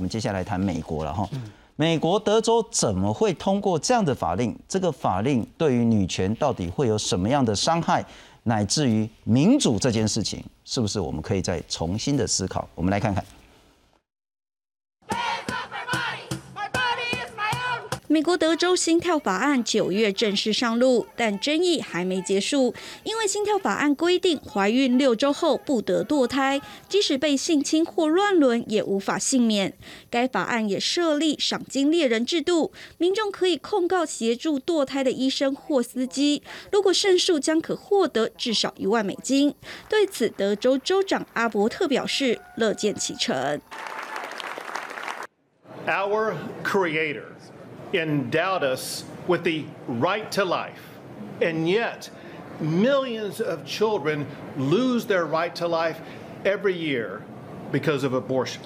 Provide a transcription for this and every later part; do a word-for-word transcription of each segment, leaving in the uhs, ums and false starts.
接下来谈美国了哈。美国德州怎么会通过这样的法令？这个法令对于女权到底会有什么样的伤害？乃至于民主这件事情，是不是我们可以再重新的思考？我们来看看。 美国德州心跳法案九月正式上路，但争议还没结束，因为心跳法案规定，怀孕六周后不得堕胎，即使被性侵或乱伦也无法幸免。该法案也设立赏金猎人制度，民众可以控告协助堕胎的医生或司机，如果胜诉将可获得至少一万美金。对此，德州州长阿伯特表示乐见其成。 Our Creator endowed us with the right to life, and yet millions of children lose their right to life every year because of abortion.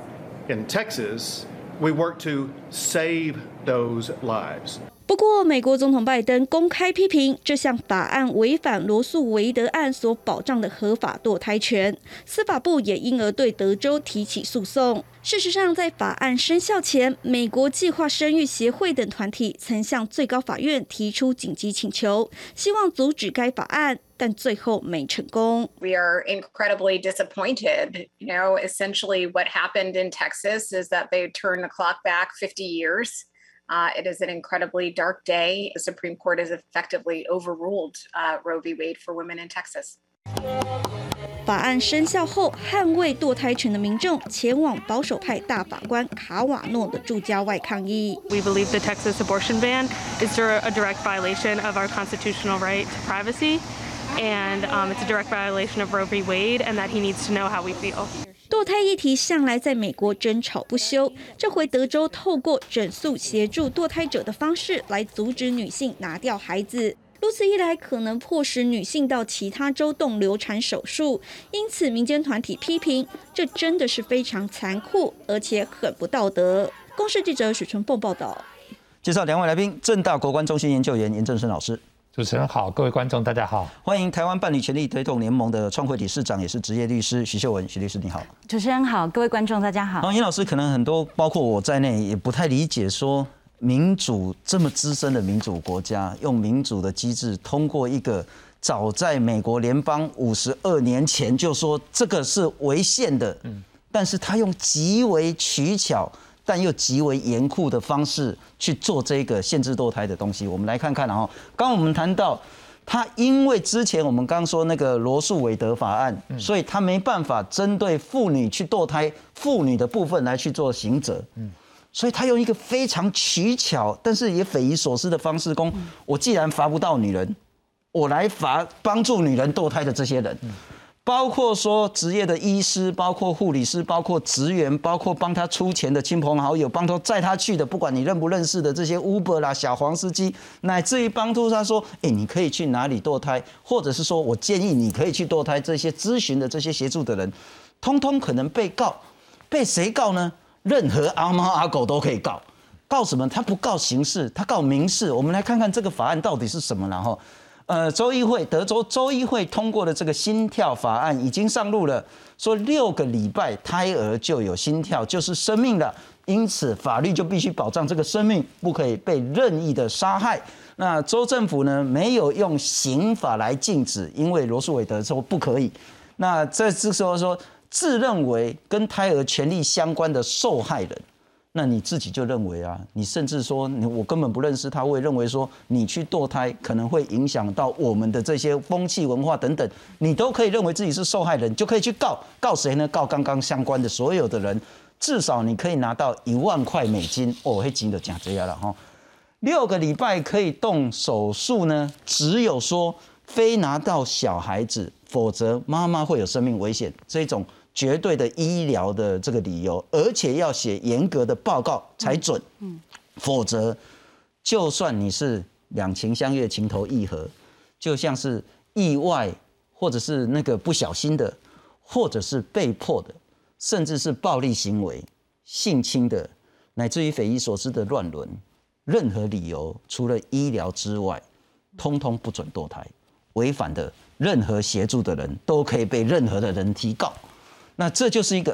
In Texas, we work to save those lives. 不过，美国总统拜登公开批评这项法案违反罗诉韦德案所保障的合法堕胎权，司法部也因而对德州提起诉讼。事实上，在法案生效前，美国计划生育协会等团体曾向最高法院提出紧急请求，希望阻止该法案，但最后没成功。 We are incredibly disappointed. You know, essentially what happened in Texas is that they turned the clock back fifty years. Uh, it is an incredibly dark day. The Supreme Court has effectively overruled uh, Roe v. Wade for women in Texas. 法案生效后，捍卫堕胎权的民众前往保守派大法官卡瓦诺的住家外抗议。 We believe the Texas abortion ban is a direct violation of our constitutional right to privacy, and um, it's a direct violation of Roe v. Wade, and that he needs to know how we feel. 堕胎议题向来在美国争吵不休，这回德州透过整诉协助堕胎者的方式来阻止女性拿掉孩子。如此一来，可能迫使女性到其他州动流产手术。因此，民间团体批评，这真的是非常残酷，而且很不道德。公视记者许春凤报道。 介绍两位来宾，政大国关中心研究员严正声老师。 主持人好，各位观众大家好， 欢迎台湾伴侣权利推动联盟的创会理事长，也是职业律师许秀文，许律师你好。 主持人好，各位观众大家好。 然后严老师可能很多，包括我在内，也不太理解说民主这么资深的民主国家，用民主的机制通过一个早在美国联邦五十二年前就说这个是违宪的，嗯，但是他用极为取巧但又极为严酷的方式去做这个限制堕胎的东西。我们来看看，然后刚刚我们谈到，他因为之前我们刚说那个罗诉韦德法案，所以他没办法针对妇女去堕胎妇女的部分来去做刑责，所以他用一个非常取巧但是也匪夷所思的方式，说我既然罚不到女人，我来罚帮助女人堕胎的这些人。包括说职业的医师，包括护理师，包括职员，包括帮他出钱的亲朋好友，帮他载他去的，不管你认不认识的这些 Uber 啦、小黄司机，乃至于帮助他说，哎，你可以去哪里堕胎，或者是说我建议你可以去堕胎，这些咨询的这些协助的人，通通可能被告，被谁告呢？任何阿猫阿狗都可以告，告什么？他不告刑事，他告民事。我们来看看这个法案到底是什么，然后。呃，州议会，德州州议会通过的这个心跳法案已经上路了，说六个礼拜胎儿就有心跳，就是生命了，因此法律就必须保障这个生命不可以被任意的杀害。那州政府呢，没有用刑法来禁止，因为罗诉韦德说不可以。那这这时候说，自认为跟胎儿权利相关的受害人。那你自己就认为啊，你甚至说你我根本不认识他，我也认为说你去堕胎可能会影响到我们的这些风气文化等等，你都可以认为自己是受害人，就可以去告告谁呢？告刚刚相关的所有的人，至少你可以拿到一万块美金哦，那金的讲这样了哈。六个礼拜可以动手术呢，只有说非拿到小孩子，否则妈妈会有生命危险这种。绝对的医疗的这个理由，而且要写严格的报告才准，嗯，否则就算你是两情相悦、情投意合，就像是意外或者是那个不小心的，或者是被迫的，甚至是暴力行为、性侵的，乃至于匪夷所思的乱伦，任何理由除了医疗之外，通通不准堕胎，违反的任何协助的人都可以被任何的人提告。那这就是一个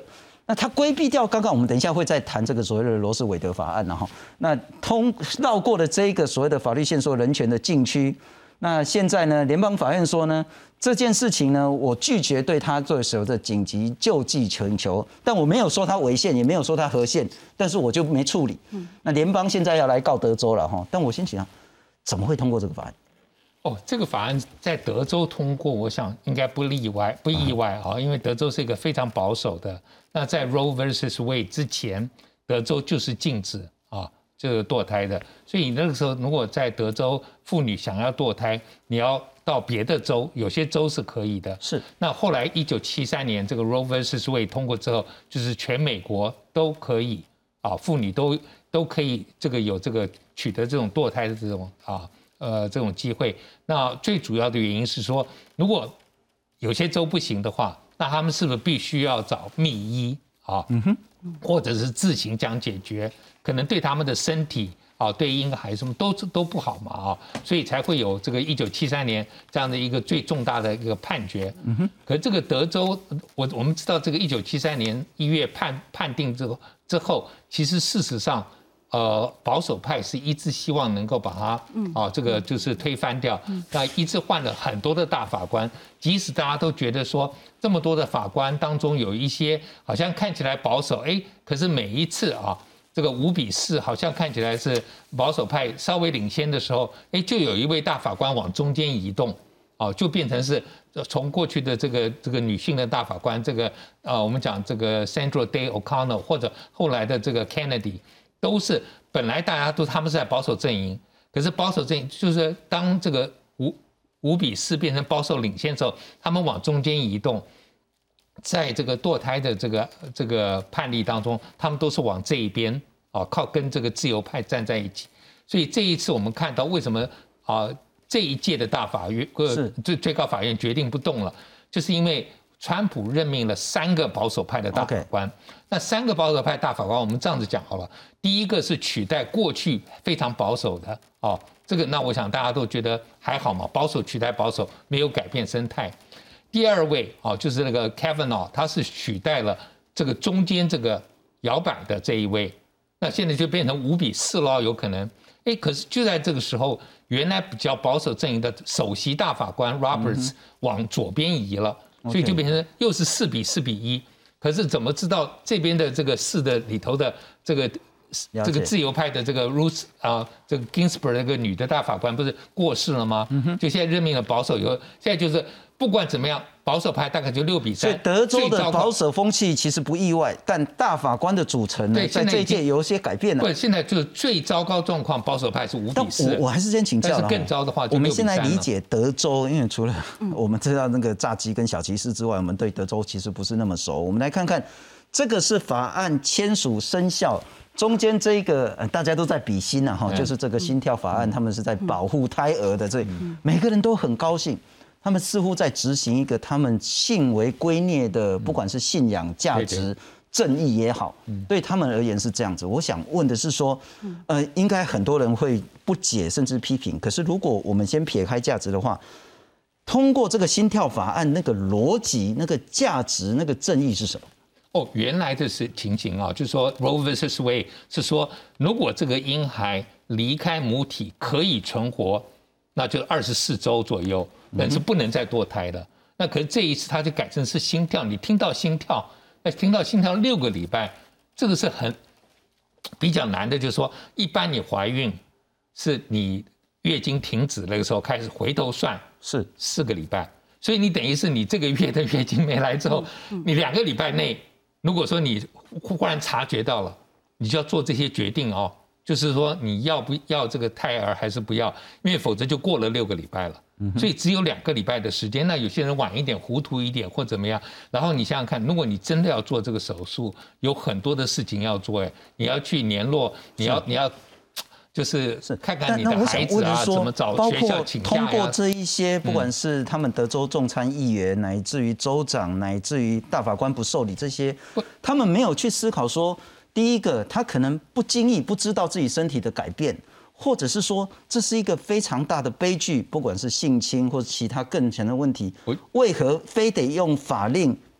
那他规避掉刚刚我们等一下会再谈这个所谓的罗斯韦德法案，然后那通绕过了这一个所谓的法律限缩人权的禁区。那现在呢，联邦法院说呢，这件事情呢，我拒绝对他做所谓的紧急救济请求，但我没有说他违宪，也没有说他合宪，但是我就没处理。那联邦现在要来告德州了哈，但我先想，怎么会通过这个法案？ 哦，这个法案在德州通过，我想应该不例外，不意外啊，因为德州是一个非常保守的。那在 Roe versus Wade 之前，德州就是禁止啊这个堕胎的，所以那个时候如果在德州妇女想要堕胎，你要到别的州，有些州是可以的。 是。 那后来一九七三年这个 Roe versus Wade 通过之后，就是全美国都可以啊，妇女都都可以这个有这个取得这种堕胎的这种啊。呃，这种机会，那最主要的原因是说，如果有些州不行的话，那他们是不是必须要找密医啊，嗯哼，或者是自行讲解决，可能对他们的身体啊，对婴孩什么都都不好嘛啊，所以才会有这个一九七三年这样的一个最重大的一个判决。嗯哼，可这个德州，我我们知道这个一九七三年一月判判定之后之后，其实事实上。呃，保守派是一直希望能够把它，啊，这个就是推翻掉。那一直换了很多的大法官，即使大家都觉得说这么多的法官当中有一些好像看起来保守，哎，可是每一次啊，这个五比四好像看起来是保守派稍微领先的时候，哎，就有一位大法官往中间移动，哦，就变成是从过去的这个这个女性的大法官，这个呃，我们讲这个 Sandra Day O'Connor 或者后来的这个 Kennedy。都是本来大家都他们是在保守阵营，可是保守阵营就是当这个五五比四变成保守领先的时候，他们往中间移动，在这个堕胎的这个这个判例当中，他们都是往这一边啊，靠跟这个自由派站在一起。所以这一次我们看到为什么啊这一届的大法院呃最最高法院决定不动了，就是因为。川普任命了三个保守派的大法官， okay. 那三个保守派大法官，我们这样子讲好了。第一个是取代过去非常保守的哦，这个那我想大家都觉得还好嘛，保守取代保守没有改变生态。第二位哦，就是那个 Kavanaugh， 他是取代了这个中间这个摇摆的这一位，那现在就变成五比四了，有可能。哎，可是就在这个时候，原来比较保守阵营的首席大法官 Roberts 往左边移了。所以就变成又是四比四比一，可是怎么知道这边的这个四的里头的这个这个自由派的这个 Ruth 啊，这个 Ginsburg 那个女的大法官不是过世了吗？就现在任命了保守以后，现在就是不管怎么样，保守派大概就六比三。 所以德州的保守风气其实不意外，但大法官的组成呢，在这一届有一些改变了。 不，现在就是最糟糕状况，保守派是五比四。 我我还是先请教了。 但是更糟的话， 我们现在理解德州，因为除了我们知道那个炸鸡跟小骑士之外，我们对德州其实不是那么熟。我们来看看，这个是法案签署生效。中间这一个大家都在比心呐，哈，就是这个心跳法案，他们是在保护胎儿的，这每个人都很高兴，他们似乎在执行一个他们信为圭臬的，不管是信仰、价值、正义也好，对他们而言是这样子。我想问的是说，呃，应该很多人会不解甚至批评，可是如果我们先撇开价值的话，通过这个心跳法案，那个逻辑、那个价值、那个正义是什么？ 哦，原来的是情形啊，就是说 Roe versus Wade 是说，如果这个婴孩离开母体可以存活，那就二十四周左右，但是不能再堕胎的。那可是这一次他就改成是心跳，你听到心跳，那听到心跳六个礼拜，这个是很比较难的，就是说，一般你怀孕是你月经停止那个时候开始回头算是四个礼拜，所以你等于是你这个月的月经没来之后，你两个礼拜内。如果说你忽然察觉到了，你就要做这些决定哦，就是说你要不要这个胎儿还是不要，因为否则就过了六个礼拜了，所以只有两个礼拜的时间。那有些人晚一点、糊涂一点或怎么样，然后你想想看，如果你真的要做这个手术，有很多的事情要做，哎，你要去联络，你要你要。就是看看你的孩子啊，怎么找学校请假呀。 通过这一些，不管是他们德州众参议员，乃至于州长，乃至于大法官不受理这些，他们没有去思考说，第一个，他可能不经意不知道自己身体的改变，或者是说这是一个非常大的悲剧，不管是性侵或者其他更强的问题，为何非得用法令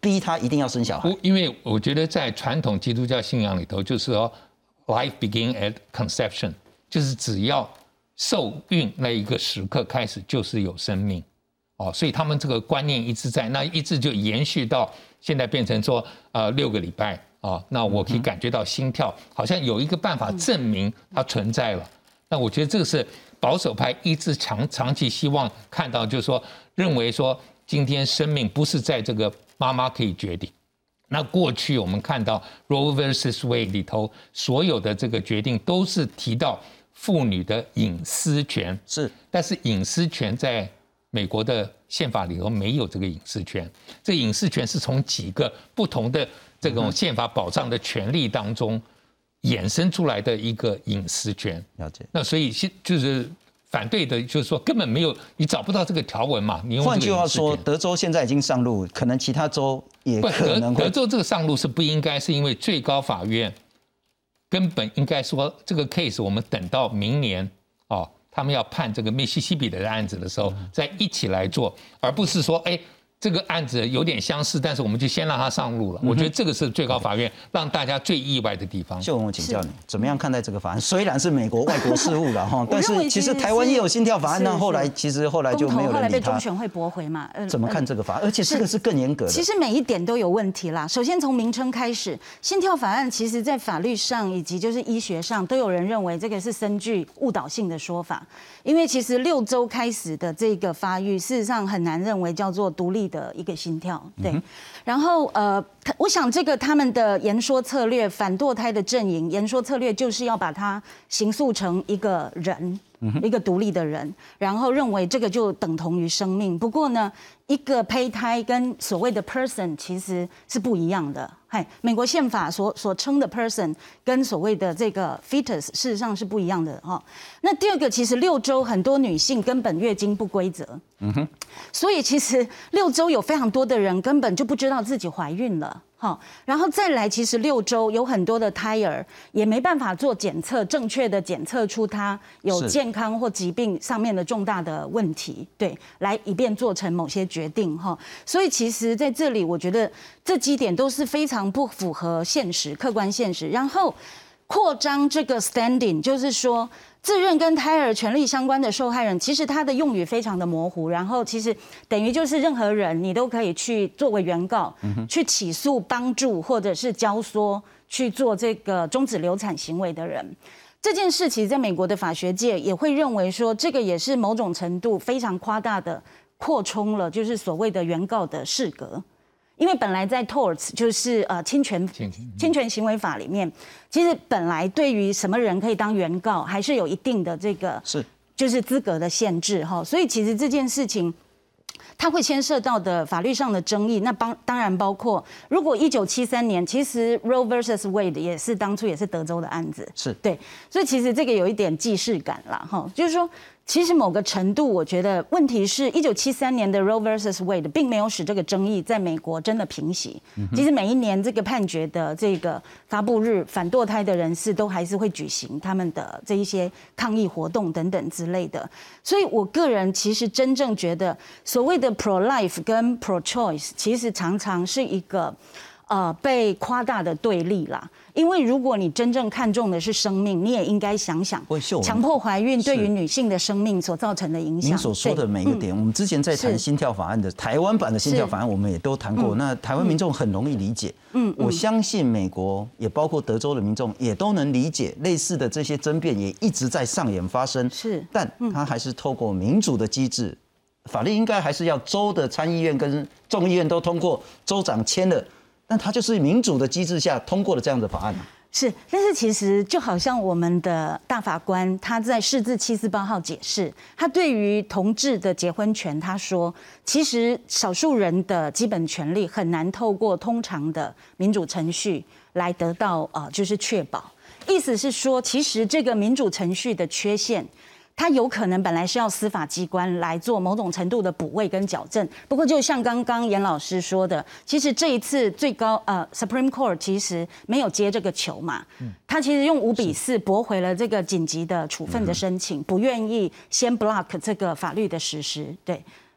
逼他一定要生小孩？ 因为我觉得在传统基督教信仰里头，就是说 life begin at conception， 就是只要受孕那一个时刻开始就是有生命。哦，所以他们这个观念一直在，那一直就延续到现在变成说，呃，六个礼拜啊，那我可以感觉到心跳，好像有一个办法证明它存在了。那我觉得这个是保守派一直长长期希望看到，就是说，认为说今天生命不是在这个妈妈可以决定。那过去我们看到 Roe versus Wade 里头所有的这个决定都是提到妇女的隐私权， 是， 但是隐私权在美国的宪法里头没有这个隐私权，这个隐私权是从几个不同的这种宪法保障的权利当中衍生出来的一个隐私权。 了解。 那所以就是反对的，就是说根本没有，你找不到这个条文嘛。你用换句话说，德州现在已经上路，可能其他州也可能会。 德州这个上路是不应该，是因为最高法院根本应该说这个 case 我们等到明年哦。他们要判这个密西西比的案子的时候，再一起来做，而不是说，哎，这个案子有点相似，但是我们就先让它上路了。我觉得这个是最高法院让大家最意外的地方。 秀文，我请教你，怎么样看待这个法案？虽然是美国外国事务了哈，但是其实台湾也有心跳法案，那后来其实后来就没有人理他。 后来被中选会驳回嘛？ 怎么看这个法案？而且这个是更严格的。 其实每一点都有问题啦。首先从名称开始，心跳法案其实在法律上以及就是医学上都有人认为这个是深具误导性的说法。因为其实六周开始的这个发育，事实上很难认为叫做独立的一个心跳，对。嗯、然后呃，我想这个他们的言说策略，反堕胎的阵营言说策略就是要把它形塑成一个人。一个独立的人，然后认为这个就等同于生命。不过呢，一个胚胎跟所谓的 person 其实是不一样的。嗨，美国宪法所所称的 person 跟所谓的这个 fetus 事实上是不一样的哈。那第二个，其实六周很多女性根本月经不规则，嗯哼，所以其实六周有非常多的人根本就不知道自己怀孕了。好，然后再来，其实六周有很多的胎儿也没办法做检测，正确的检测出他有健康或疾病上面的重大的问题，对，来以便做成某些决定哈。所以其实在这里，我觉得这几点都是非常不符合现实、客观现实。然后扩张这个 standing， 就是说。自认跟胎儿权利相关的受害人，其实他的用语非常的模糊，然后其实等于就是任何人你都可以去作为原告，嗯、去起诉、帮助或者是教唆去做这个终止流产行为的人。这件事其实在美国的法学界也会认为说，这个也是某种程度非常夸大的扩充了，就是所谓的原告的适格。因为本来在 torts 就是呃侵权侵权行为法里面，其实本来对于什么人可以当原告，还是有一定的这个是就是资格的限制哈。所以其实这件事情，它会牵涉到的法律上的争议，那当当然包括，如果一九七三年，其实 Roe versus Wade 也是当初也是德州的案子， 是对，所以其实这个有一点既视感啦哈，就是说。其实某个程度，我觉得问题是，一九七三年的 Roe versus Wade 并没有使这个争议在美国真的平息。其实每一年这个判决的这个发布日，反堕胎的人士都还是会举行他们的这一些抗议活动等等之类的。所以我个人其实真正觉得，所谓的 pro life 跟 pro choice， 其实常常是一个呃被夸大的对立啦。因为如果你真正看重的是生命，你也应该想想强迫怀孕对于女性的生命所造成的影响。 您所说的每一个点，嗯、我们之前在谈心跳法案的台湾版的心跳法案，我们也都谈过。那台湾民众很容易理解，嗯，我相信美国也包括德州的民众也都能理解，类似的这些争辩也一直在上演发生。 是， 但它还是透过民主的机制，法律应该还是要州的参议院跟众议院都通过，州长签了。但它就是民主的机制下通过了这样的法案、啊、 是，但是其实就好像我们的大法官他在释字七四八号解释，他对于同志的结婚权，他说，其实少数人的基本权利很难透过通常的民主程序来得到呃，就是确保。意思是说，其实这个民主程序的缺陷。它有可能本来是要司法机关来做某种程度的补位跟矫正，不过就像刚刚严老师说的，其实这一次最高呃 Supreme Court 其实没有接这个球嘛，他其实用五比四驳回了这个紧急的处分的申请，不愿意先 block 这个法律的实施，对。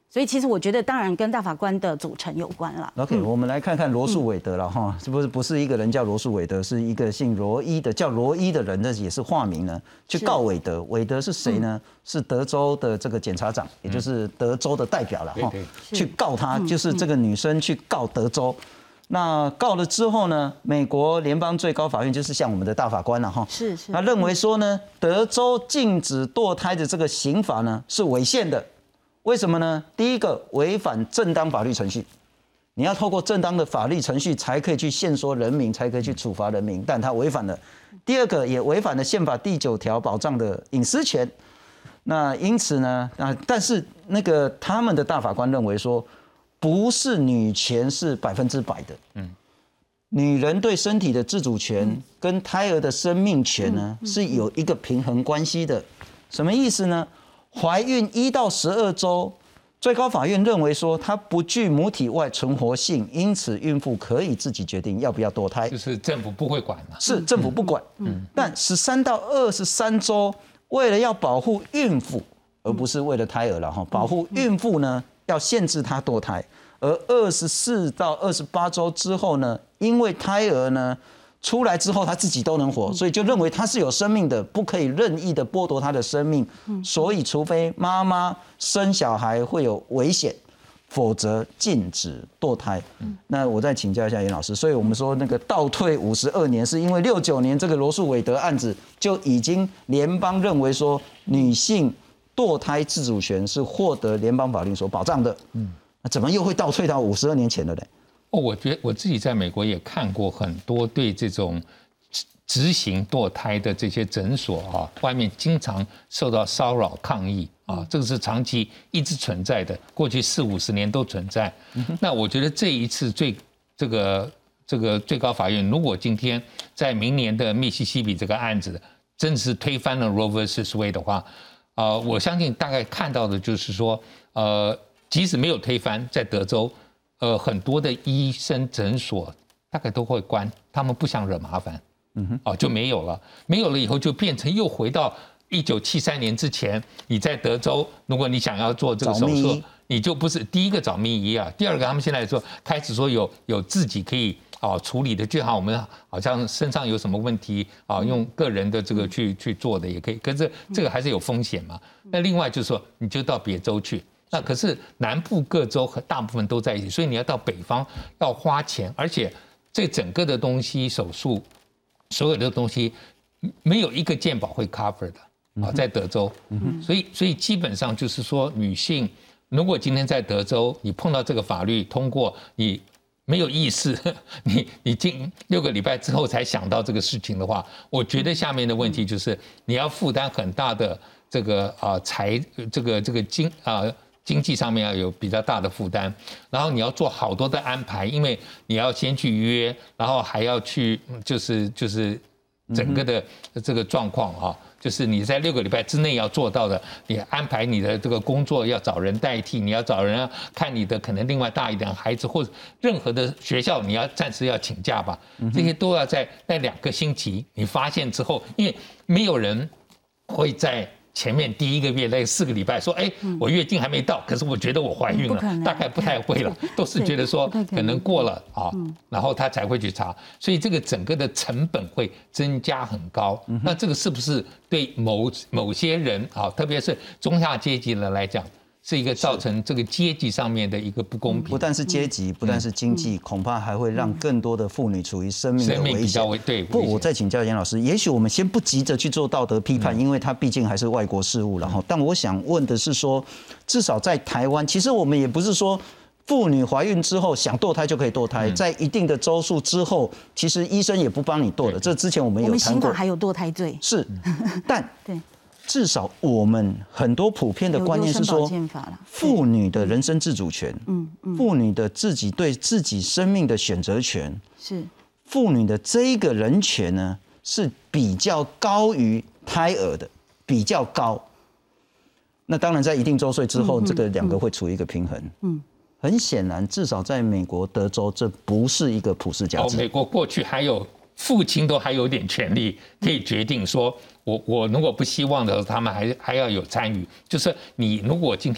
所以其实我觉得，当然跟大法官的组成有关啦。 OK，、嗯、我们来看看罗素韦德了哈，是不是不是一个人叫罗素韦德，是一个姓罗伊的叫罗伊的人，那也是化名呢，去告韦德。韦德是谁呢？嗯、是德州的这个检察长，也就是德州的代表了哈、嗯，去告他，就是这个女生去告德州。那告了之后呢，美国联邦最高法院就是像我们的大法官了哈， 是是， 他认为说呢，德州禁止堕胎的这个刑法呢是违宪的。为什么呢？第一个，违反正当法律程序，你要透过正当的法律程序才可以去限缩人民，才可以去处罚人民，但他违反了。第二个，也违反了宪法第九条保障的隐私权。那因此呢，那但是那个他们的大法官认为说，不是女权是百分之百的，嗯，女人对身体的自主权跟胎儿的生命权呢是有一个平衡关系的。什么意思呢？怀孕一到十二周，最高法院认为说它不具母体外存活性，因此孕妇可以自己决定要不要堕胎， 就是政府不会管嘛。 是政府不管，嗯，但十三到二十三周，为了要保护孕妇，而不是为了胎儿了哈，保护孕妇呢，要限制她堕胎，而二十四到二十八周之后呢，因为胎儿呢。出来之后，他自己都能活，所以就认为他是有生命的，不可以任意的剥夺他的生命。所以，除非妈妈生小孩会有危险，否则禁止堕胎。那我再请教一下严老师，所以我们说那个倒退五十二年，是因为六九年这个罗素韦德案子就已经联邦认为说女性堕胎自主权是获得联邦法律所保障的。嗯，那怎么又会倒退到五十二年前了呢？ 哦，我觉得我自己在美国也看过很多对这种执行堕胎的这些诊所啊，外面经常受到骚扰抗议啊，这个是长期一直存在的，过去四五十年都存在。那我觉得这一次最这个这个最高法院，如果今天在明年的密西西比这个案子真的是推翻了 Roe versus Wade 的话，啊、呃，我相信大概看到的就是说，呃，即使没有推翻，在德州。呃，很多的医生诊所大概都会关，他们不想惹麻烦，嗯哼，哦，就没有了，没有了以后就变成又回到一九七三年之前，你在德州，如果你想要做这个手术，你就不是第一个找密医啊，第二个他们现在说开始说有有自己可以啊处理的，就好我们好像身上有什么问题啊，用个人的这个去去做的也可以，可是这个还是有风险嘛。那另外就是说，你就到别州去。那可是南部各州和大部分都在一起，所以你要到北方要花钱，而且这整个的东西手术，所有的东西没有一个健保会 cover 的啊，在德州，所以所以基本上就是说，女性如果今天在德州，你碰到这个法律通过，你没有意识，你你近六个礼拜之后才想到这个事情的话，我觉得下面的问题就是你要负担很大的这个啊财这个这个经啊。经济上面要有比较大的负担，然后你要做好多的安排，因为你要先去约，然后还要去就是就是整个的这个状况啊，就是你在六个礼拜之内要做到的，你安排你的这个工作要找人代替，你要找人看你的可能另外大一点的孩子，或者任何的学校你要暂时要请假吧，这些都要在那两个星期你发现之后，因为没有人会在。前面第一个月那四个礼拜说，哎，我月经还没到，可是我觉得我怀孕了，大概不太会了，都是觉得说可能过了啊，然后他才会去查，所以这个整个的成本会增加很高。那这个是不是对某某些人啊，特别是中下阶级人来讲？是一个造成这个阶级上面的一个不公平， 不但是阶级，不但是经济，恐怕还会让更多的妇女处于生命的危险。 对， 不，我再请教严老师，也许我们先不急着去做道德批判，因为它毕竟还是外国事务。然后，但我想问的是说，至少在台湾，其实我们也不是说妇女怀孕之后想堕胎就可以堕胎，在一定的周数之后，其实医生也不帮你堕的。这之前我们有谈过。我们刑法还有堕胎罪。 是，但对。 至少我们很多普遍的观念是说，妇女的人身自主权，嗯，妇女的自己对自己生命的选择权， 是妇女的这一个人权呢，是比较高于胎儿的，比较高。那当然，在一定周岁之后，这个两个会处于一个平衡。嗯，很显然，至少在美国德州，这不是一个普世价值。 哦，美国过去还有父亲都还有点权利，可以决定说。我我如果不希望的，他们还还要有参与。就是你如果今天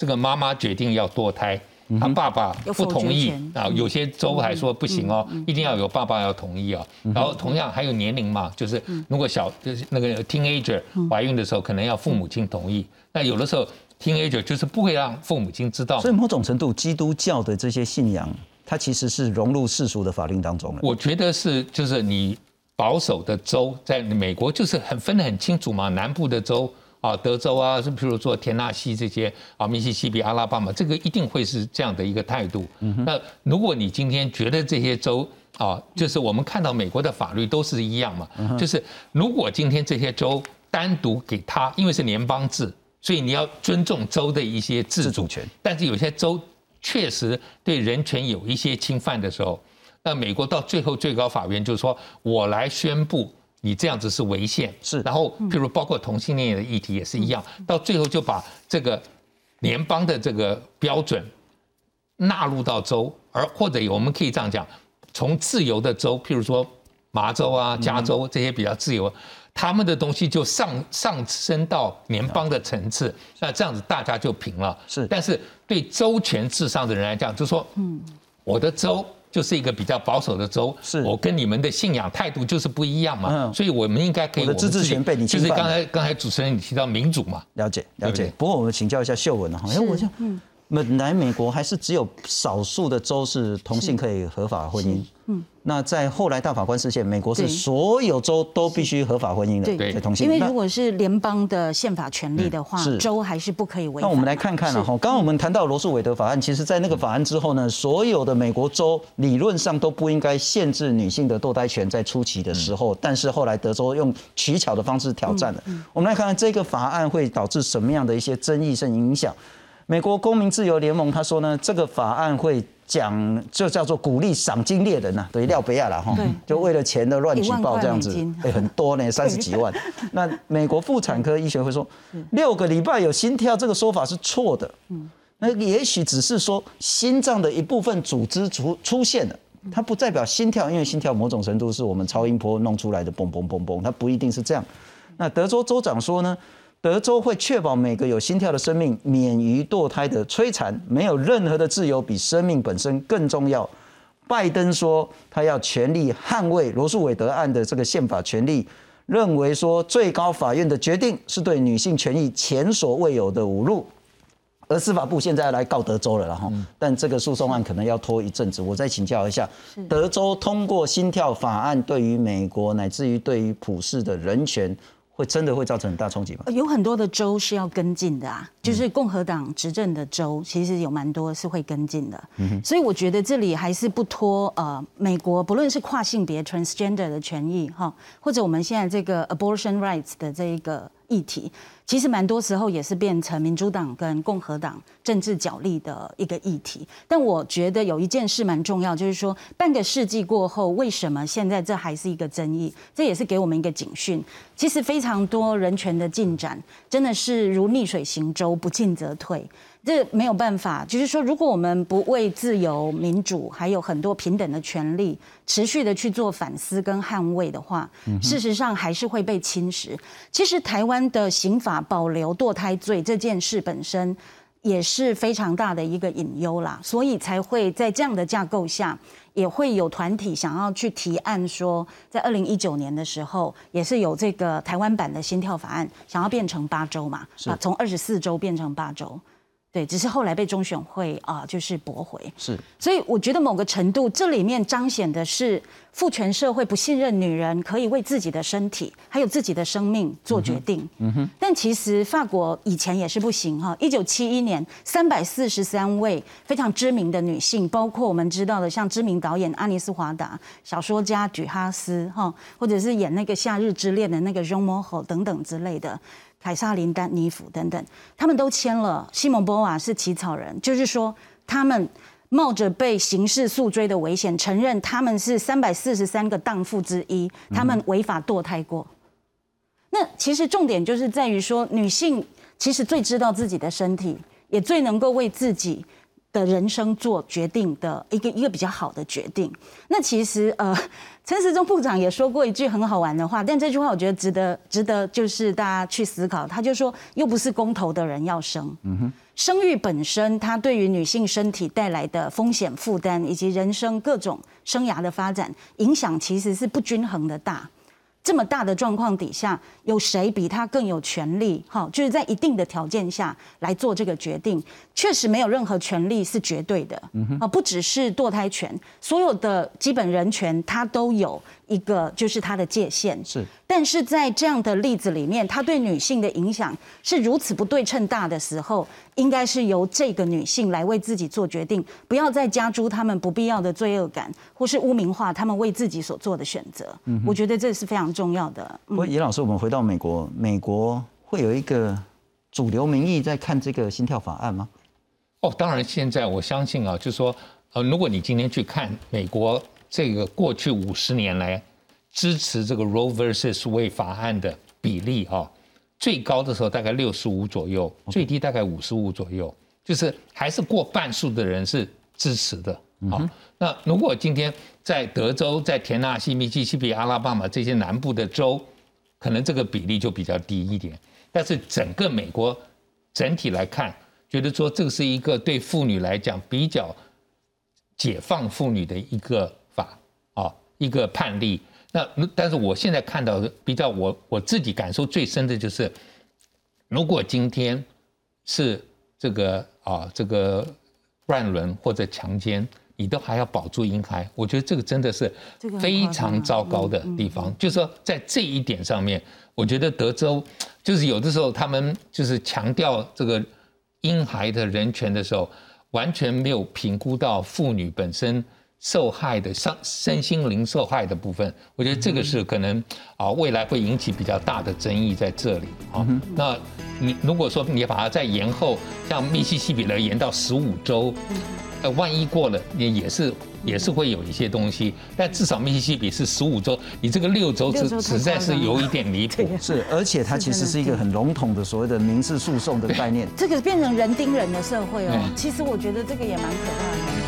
这个妈妈决定要堕胎，他爸爸不同意啊，有些州还说不行哦，一定要有爸爸要同意哦。然后同样还有年龄嘛，就是如果小就是那个 teenager 怀孕的时候，可能要父母亲同意。那有的时候 teenager 就是不会让父母亲知道。 所以某种程度，基督教的这些信仰，它其实是融入世俗的法令当中了。 我觉得是，就是你保守的州在美国就是很分得很清楚嘛，南部的州。啊，德州啊，是比如说田纳西这些啊，密西西比、阿拉巴马，这个一定会是这样的一个态度。嗯、那如果你今天觉得这些州啊，就是我们看到美国的法律都是一样嘛，嗯、就是如果今天这些州单独给他，因为是联邦制，所以你要尊重州的一些自主权。但是有些州确实对人权有一些侵犯的时候，那美国到最后最高法院就说，我来宣布。你这样子是违宪， 是， 然后譬如包括同性恋的议题也是一样，到最后就把这个联邦的这个标准纳入到州，而或者我们可以这样讲，从自由的州，譬如说麻州啊、加州这些比较自由，他们的东西就上上升到联邦的层次，那这样子大家就平了。 是， 但是对州权至上的人来讲，就说，嗯，我的州。就是一个比较保守的州， 是我跟你们的信仰态度就是不一样嘛，嗯、所以我们应该可以我的自治权被你侵犯。 就是刚才刚才主持人你提到民主嘛， 了解了解。对对不过我们请教一下秀文哈，因为我想，嗯，本来美国还是只有少数的州是同性可以合法婚姻，嗯，那在后来大法官释宪，美国是所有州都必须合法婚姻的， 对同性。 因为如果是联邦的宪法权利的话，州还是不可以违反。 那我们来看看啊，哈，刚刚我们谈到罗素韦德法案，其实在那个法案之后呢，所有的美国州理论上都不应该限制女性的堕胎权，在初期的时候，但是后来德州用取巧的方式挑战了。我们来看看这个法案会导致什么样的一些争议甚影响。美国公民自由联盟他说呢，这个法案会讲就叫做鼓励赏金猎人呐、啊，等于廖北亚啦哈，就为了钱的乱举报这样子，哎、欸，很多呢，三十几万。那美国妇产科医学会说，六个礼拜有心跳这个说法是错的，那也许只是说心脏的一部分组织出出现了。它不代表心跳，因为心跳某种程度是我们超音波弄出来的，嘣嘣嘣嘣，它不一定是这样。那德州州长说呢？德州会确保每个有心跳的生命免于堕胎的摧残，没有任何的自由比生命本身更重要。拜登说他要全力捍卫罗素韦德案的这个宪法权利，认为说最高法院的决定是对女性权益前所未有的侮辱。而司法部现在要来告德州了，哈，但这个诉讼案可能要拖一阵子。我再请教一下，德州通过心跳法案，对于美国乃至于对于普世的人权。会真的会造成很大冲击吗？ 有很多的州是要跟进的啊，就是共和党执政的州，其实有蛮多是会跟进的。嗯、所以我觉得这里还是不脱呃美国不论是跨性别 transgender 的权益哈，或者我们现在这个 abortion rights 的这一个议题，其实蛮多时候也是变成民主党跟共和党政治角力的一个议题。但我觉得有一件事蛮重要，就是说半个世纪过后，为什么现在这还是一个争议？这也是给我们一个警讯。其实非常多人权的进展，真的是如逆水行舟，不进则退。这没有办法，就是说，如果我们不为自由、民主，还有很多平等的权利，持续的去做反思跟捍卫的话，事实上还是会被侵蚀。其实台湾的刑法保留堕胎罪这件事本身，也是非常大的一个隐忧啦，所以才会在这样的架构下，也会有团体想要去提案说，在二零一九年的时候，也是有这个台湾版的心跳法案，想要变成八州嘛，啊，从二十四州变成八州。对，只是后来被中选会啊、呃，就是驳回。 是， 所以我觉得某个程度，这里面彰显的是父权社会不信任女人可以为自己的身体还有自己的生命做决定。嗯哼。但其实法国以前也是不行哈。一九七一年，三百四十三位非常知名的女性，包括我们知道的像知名导演安妮斯华达、小说家举哈斯哈，或者是演那个《夏日之恋》的那个 Jean Moreau 等等之类的。凯撒琳·丹尼弗等等，他们都签了。西蒙波娃是起草人，就是说他们冒着被刑事诉追的危险，承认他们是三百四十三个荡妇之一，他们违法堕胎过。那其实重点就是在于说，女性其实最知道自己的身体，也最能够为自己的人生做决定的一个一个比较好的决定。那其实呃，陈时中部长也说过一句很好玩的话，但这句话我觉得值得值得就是大家去思考。他就说，又不是公投的人要生，嗯哼， 生育本身它对于女性身体带来的风险负担，以及人生各种生涯的发展影响，其实是不均衡的大。这么大的状况底下，有谁比他更有权利？哈，就是在一定的条件下来做这个决定，确实没有任何权利是绝对的。啊，不只是堕胎权，所有的基本人权，它都有一个就是它的界限。 是， 但是在这样的例子里面，它对女性的影响是如此不对称大的时候，应该是由这个女性来为自己做决定，不要再加诸他们不必要的罪恶感，或是污名化他们为自己所做的选择。嗯，我觉得这是非常重要的。 不过，严老师，我们回到美国，美国会有一个主流民意在看这个心跳法案吗？ 哦，当然，现在我相信啊，就是说，呃，如果你今天去看美国这个过去五十年来支持这个 Roe versus Wade 法案的比例哈、啊，最高的时候大概六十五左右，最低大概五十五左右，就是还是过半数的人是支持的。好、嗯，那如果今天在德州、在田纳西、密西西比、阿拉巴马这些南部的州，可能这个比例就比较低一点。但是整个美国整体来看，觉得说这个是一个对妇女来讲比较解放妇女的一个法啊，一个判例。那但是我现在看到比较我我自己感受最深的就是，如果今天是这个啊这个乱伦或者强奸，你都还要保住婴孩，我觉得这个真的是非常糟糕的地方。就是说在这一点上面，我觉得德州就是有的时候他们就是强调这个婴孩的人权的时候，完全没有评估到妇女本身受害的身身心灵受害的部分。我觉得这个是可能啊未来会引起比较大的争议在这里啊。那你如果说你把它再延后，像密西西比的延到十五周，呃，万一过了也也是也是会有一些东西，但至少密西西比是十五周，你这个六周实实在是有一点离谱。 是，而且它其实是一个很笼统的所谓的民事诉讼的概念。 这个变成人盯人的社会哦，其实我觉得这个也蛮可怕的。